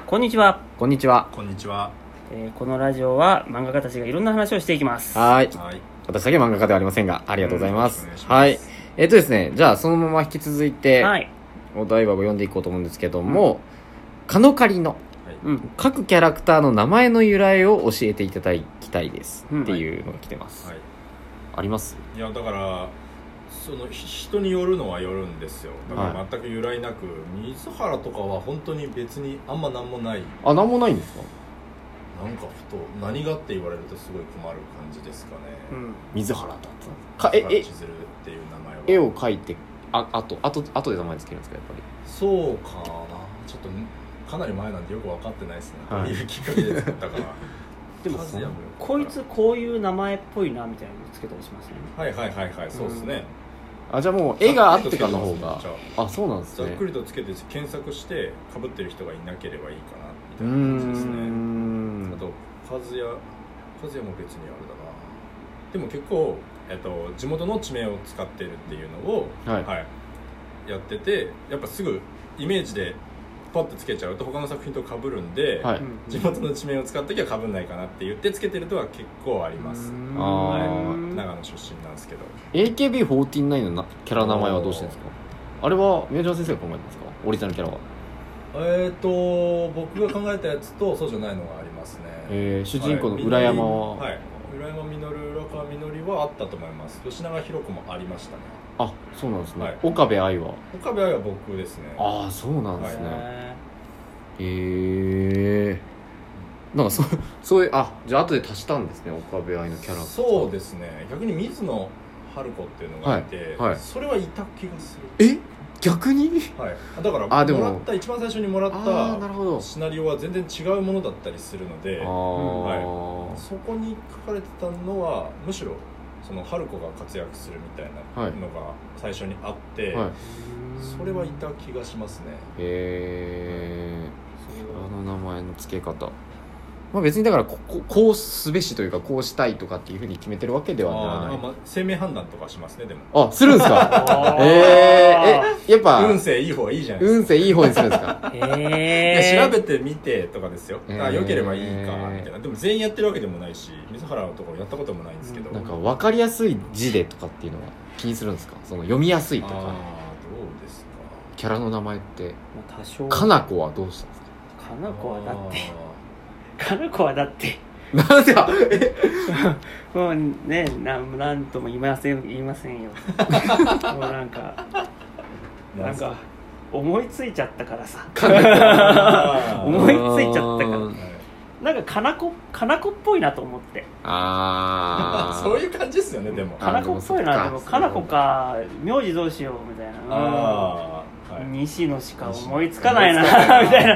こんにちは。 こんにちは。 こんにちは。 このラジオは漫画家たちがいろんな話をしていきます。 はい。 はい。 私だけ漫画家ではありませんが、ありがとうございます。 よろしくおは願いしますい。ですね、じゃあそのまま引き続いて、 はい。 お題は読んでいこうと思うんですけども、カノカリのうん。 各キャラクターの名前の由来を教えていただきたいですうんっていうのが来てます。 はい。 あります？ いやだからその人によるのはよるんですよ。だから全く由来なく、水原とかは本当に別にあんまなんもない。 あ、なんもないんですか？ なんかふと何がって言われるとすごい困る感じですかね。 うん。 水原だったか。 水原千鶴っていう名前は。 絵を描いてあとで名前つけるんですか、やっぱり。 そうかな。ちょっとかなり前なんでよく分かってないですね。 はいどういうきっかけで作ったか。 でも和也もこいつこういう名前っぽいなみたいなのつけたりしますね。 はいそうですね。 あ、じゃあもう絵があってからの方が。 ざっあ、そうなんですね。 ざっくりとつけて検索して被ってる人がいなければいいかなみたうーいな感じですね。 んあと和也も別にあれだな。でも結構、地元の地名を使ってるっていうのを、 はいやってて、やっぱすぐイメージでパッとつけちゃうと他の作品と被るんで、 はい。 地元の地名を使った時は被んないかなって言ってつけてるとは結構あります。 あー長野出身なんですけど。 AKB49 のキャラ名前はどうしてるんですか？あれは宮島先生が考えたんですか？オリジナルキャラは。 僕が考えたやつとそうじゃないのがありますね。 主人公の裏山は、 はい、浦山実、浦川みのりはあったと思います。吉永弘子もありましたね。 あ、そうなんですね、 はい、 岡部愛は。 岡部愛は僕ですね。 ああ、そうなんですね、 へなんかそういう、あ、じゃあ後で足したんですね、岡部愛のキャラ。 そうですね。逆に水野春子っていうのがいて、 はいはい、 それはいた気がする。 え、逆に？ はい、だからでももらった一番最初にもらっなるほど、 たシナリオは全然違うものだったりするので、はい、そこに書かれてたのはむしろその春子が活躍するみたいなのが最初にあって、 はい、 それはいた気がしますね。 へえ、あの名前の付け方、まあ、別にだからこうすべしというかこうしたいとかっていうふうに決めてるわけではない。 生命判断とかしますね。でもするんですか？やっぱ運勢いい方がいいじゃないですか。 運勢いい方にするんですか？ いや調べてみてとかですよ。良ければいいかみたいな。でも全員やってるわけでもないし、水原のところやったこともないんですけど、 なんか分かりやすい字でとかっていうのは気にするんですか？その読みやすいとか。 どうですか？ キャラの名前って多少かなこはどうしたんですか？ かなこはだってかなこはだってなんでだもうね、なんとも言いませんよもうなんか思いついちゃったからさ思いついちゃったからなんかかなこっぽいなと思って。 そういう感じですよね。でもかなこっぽいな。でもかなこか名字どうしようみたいな。西野しか思いつかないなみたい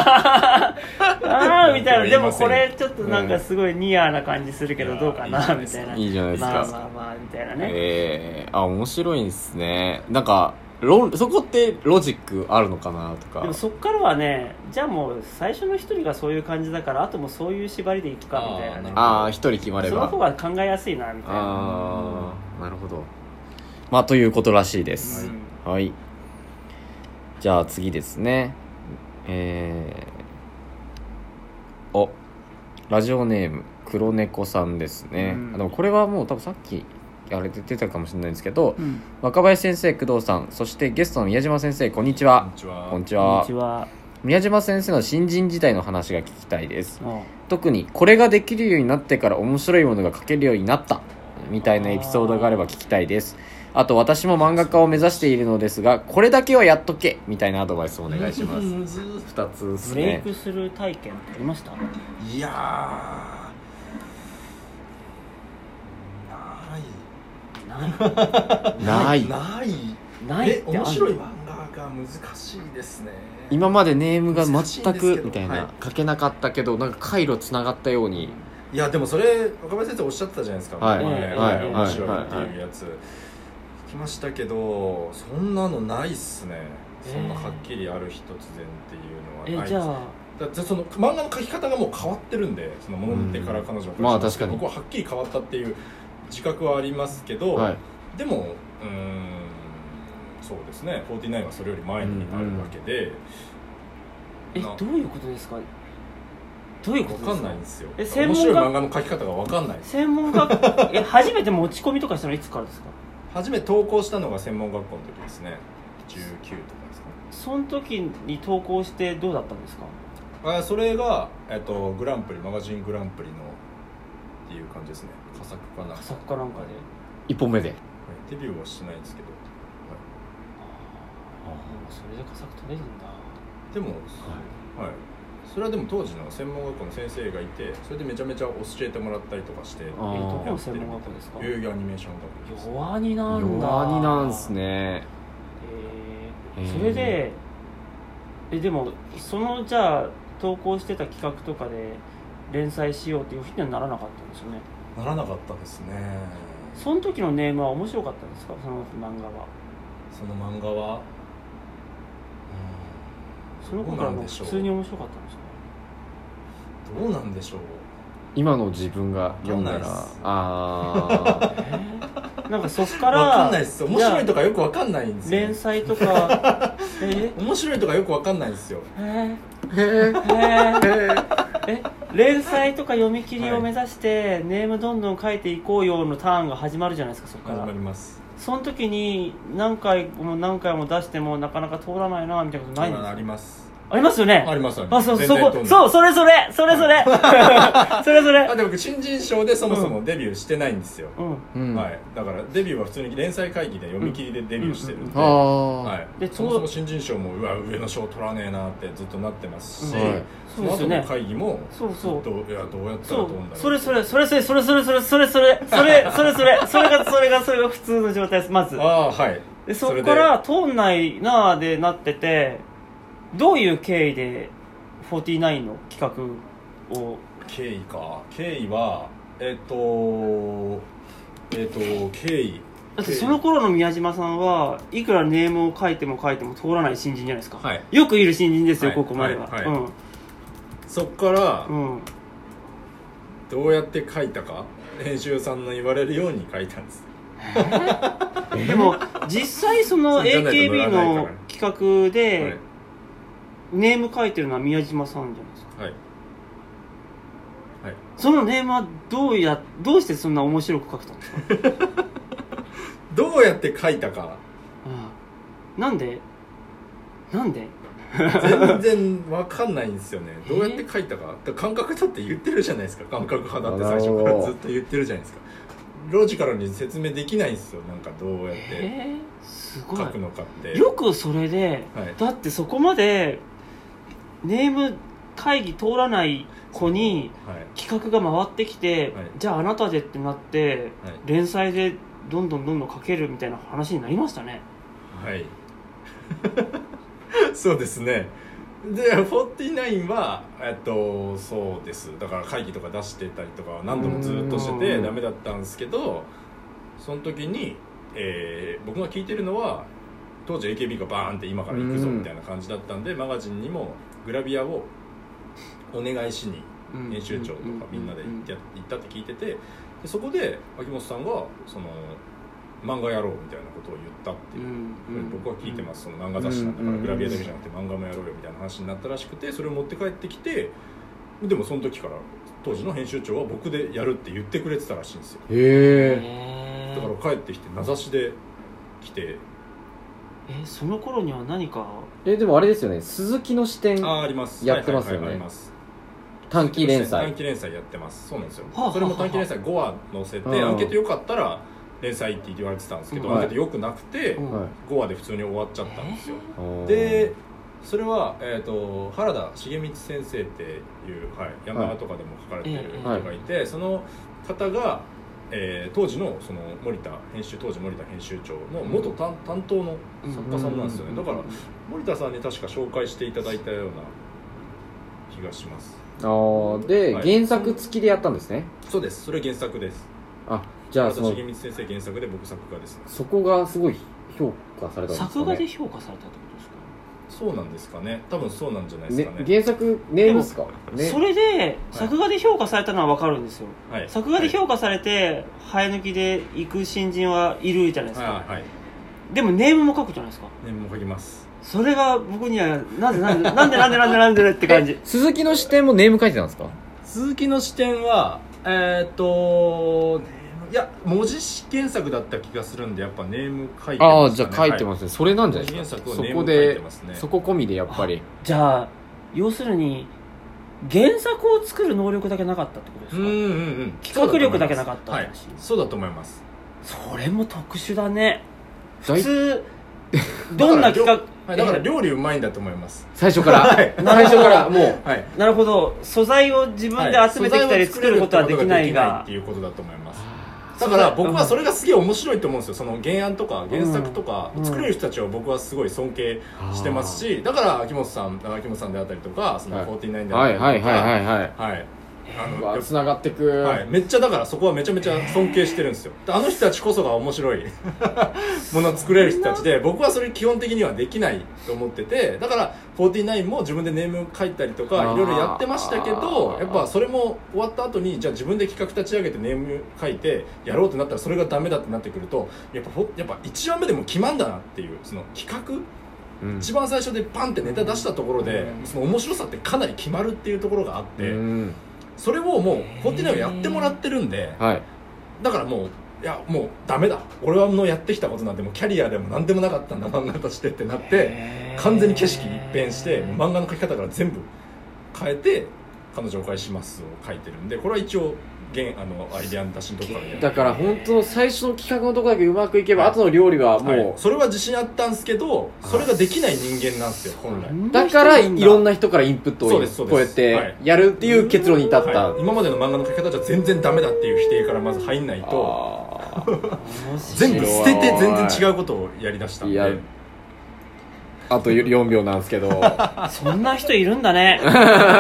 なみたいな。でもこれちょっとなんかすごいニアな感じするけどどうかなみたいな。 いいじゃないですか。 まあみたいなね。 面白いですね。なんかそこってロジックあるのかなとか。 でもそっからはね、じゃあもう最初の一人がそういう感じだからあともそういう縛りでいくかみたいなね。 一人決まればその方が考えやすいなみたいな。 なるほど。まあということらしいです。はい。じゃあ次ですね。ラジオネーム黒猫さんですね。でもこれはもう多分さっきあれで出たかもしれないんですけど、若林先生、工藤さん、そしてゲストの宮島先生、こんにちは。こんにちは。宮島先生の新人時代の話が聞きたいです。特にこれができるようになってから面白いものが描けるようになったみたいなエピソードがあれば聞きたいです。あと私も漫画家を目指しているのですが、これだけはやっとけみたいなアドバイスをお願いします。2つですね。 ブレイクする体験ってありました？ いやない面白い漫画が難しいですね。 今までネームが全くみたいな、書けなかったけどなんか回路つながったように。 いやでもそれ若林先生おっしゃってたじゃないですか。面白いっていうやつ聞きましたけど、そんなのないっすね。そんなはっきりある日突然っていうのはないです。 じゃあだってその漫画の描き方がもう変わってるんで、そのものってから彼女まあ確かに僕ははっきり変わったっていう自覚はありますけど、でもそうですね、49はそれより前にあるわけで、 どういうことですか？どういうことですか？ 分かんないんですよ。 面白い漫画の描き方が分かんない。 専門学初めて持ち込みとかしたのいつからですか？ 初めて投稿したのが専門学校の時ですね。19とかですか。 その時に投稿してどうだったんですか？ それが、グランプリマガジングランプリのっていう感じですね。佳作かなんかで1本目で、 デビューはしてないんですけど、 それで佳作取れるんだ。 でも、それはでも当時の専門学校の先生がいて、それでめちゃめちゃ教えてもらったりとかして。 どこの専門学校ですか？ 代々木アニメーション学校です。 弱になんだ。 弱になんすね。 それででもじゃあ投稿してた企画とかで連載しようっていうふうにはならなかったんですよね。 ならなかったですね。 その時のネームは面白かったんですか？その漫画は。 その漫画はその頃からも普通に面白かったんですか？ どうなんでしょう。 今の自分が読んだらなんかそっから分かんないです。面白いとかよく分かんないんですよ。 連載とか面白いとかよく分かんないんですよ。 連載とか読み切りを目指して、ネームどんどん書いていこうよのターンが始まるじゃないですか。そっから始まります。 その時に何回も出してもなかなか通らないなみたいなことないんですか？ あります。 ありますよね。 あります。 それで僕新人賞でそもそもデビューしてないんですよ。だからデビューは普通に連載会議で読み切りでデビューしてるんで、そもそも新人賞も上の賞取らねえなってずっとなってますし、その後の会議もずっとどうやったら通るんだろう。 それが普通の状態です。まずでそこから通んないなーでなってて、どういう経緯で49の企画を。 経緯は経緯だってその頃の宮島さんはいくらネームを書いても通らない新人じゃないですか。よくいる新人ですよ、ここまでは。 そっから、どうやって書いたか編集さんの言われるように書いたんです。 でも実際その AKB の企画でネーム書いてるのは宮島さんじゃないですか。そのネームはどうしてそんな面白く書けたんですか？ どうやって書いたか。 なんで全然わかんないんですよね。どうやって書いたか。感覚だって言ってるじゃないですか。感覚派だって最初からずっと言ってるじゃないですか。ロジカルに説明できないんですよ。なんかどうやって書くのかって。 よくそれで、だってそこまでネーム会議通らない子に企画が回ってきて、じゃああなたでってなって、連載でどんどん書けるみたいな話になりましたね。 そうですね。で49はそうです。だから会議とか出してたりとか何度もずっとしててダメだったんですけど、その時に、僕が聞いてるのは当時 AKB がバーンって今から行くぞみたいな感じだったんで、マガジンにもグラビアをお願いしに編集長とかみんなで行ったって聞いてて、でそこで秋元さんがその漫画やろうみたいなことを言ったっていう、僕は聞いてます。その漫画雑誌なんだからグラビアだけじゃなくて漫画もやろうよみたいな話になったらしくて、それを持って帰ってきて、でもその時から当時の編集長は僕でやるって言ってくれてたらしいんですよ。だから帰ってきて名指しで来て、 その頃には何かでもあれですよね、鈴木の視点ありますやってますよね。 あります。 短期連載やってます。そうなんですよ。それも短期連載5話載せて、アンケート良かったら連載って言われてたんですけど、アンケート良くなくて5話で普通に終わっちゃったんですよ。でそれは、原田重光先生っていう、山田とかでも書かれてる人がいて、その方が、当時のその当時森田編集長の元担当の作家さんなんですよね。だから森田さんに確か紹介していただいたような気がします。 で、原作付きでやったんですね。 そうです。それ原作です。 じゃあ原田重光先生原作で僕作画です、ね。 そこがすごい評価されたんですかね。 作画で評価されたってことですか？ そうなんですかね。多分そうなんじゃないですかね。 原作ネームですか、 それで作画で評価されたのは分かるんですよ。作画で評価されて生え抜きで行く新人はいるじゃないですか。でもネームも書くじゃないですか。 ネームも書きます。 それが僕にはなんでって感じ。 鈴木の視点もネーム書いてたんですか？ 鈴木の視点はいや文字検索だった気がするんでやっぱネーム書いてますね。 ああじゃあ書いてますね、はい、それなんじゃないですか。そこでそこ込みでやっぱりじゃあ要するに原作を作る能力だけなかったってことですか？企画力だけなかった話、はい、そうだと思います。 それも特殊だね。普通どんな企画だから料理うまいんだと思います。 最初から、はい、最初からもう、 はい、なるほど。素材を自分で集めてきたり作ることはできないがっていうことだと思います。だから僕はそれがすげえ面白いと思うんですよ。その原案とか原作とか作れる人たちを僕はすごい尊敬してますし、だから秋元さんであったりとかその49であったりとか、はいつながってく、 はい、めっちゃだからそこはめちゃめちゃ尊敬してるんですよ。あの人たちこそが面白いものを作れる人たちで、僕はそれ基本的にはできないと思ってて、だから49も自分でネーム書いたりとかいろいろやってましたけど、やっぱそれも終わった後にじゃあ自分で企画立ち上げてネーム書いてやろうってなったらそれがダメだってなってくるとやっぱ1話目でも決まんだなっていう、その企画一番最初でパンってネタ出したところでその面白さってかなり決まるっていうところがあって、それをもう49をやってもらってるんで、だからもういやもうダメだ、俺はのやってきたことなんてもうキャリアでも何でもなかったんだ漫画としてってなって完全に景色一変して漫画の描き方から全部変えて彼女をお返ししますを書いてるんで、これは一応アイデアの出しのところからだから本当最初の企画のところだけうまくいけば、後の料理はもう、 それは自信あったんですけどそれができない人間なんですよ本来。 だからいろんな人からインプットをこうやってやるっていう結論に至った、 今までの漫画の描き方じゃ全然ダメだっていう否定からまず入んないと全部捨てて全然違うことをやりだしたんで。 あと4秒なんですけどそんな人いるんだね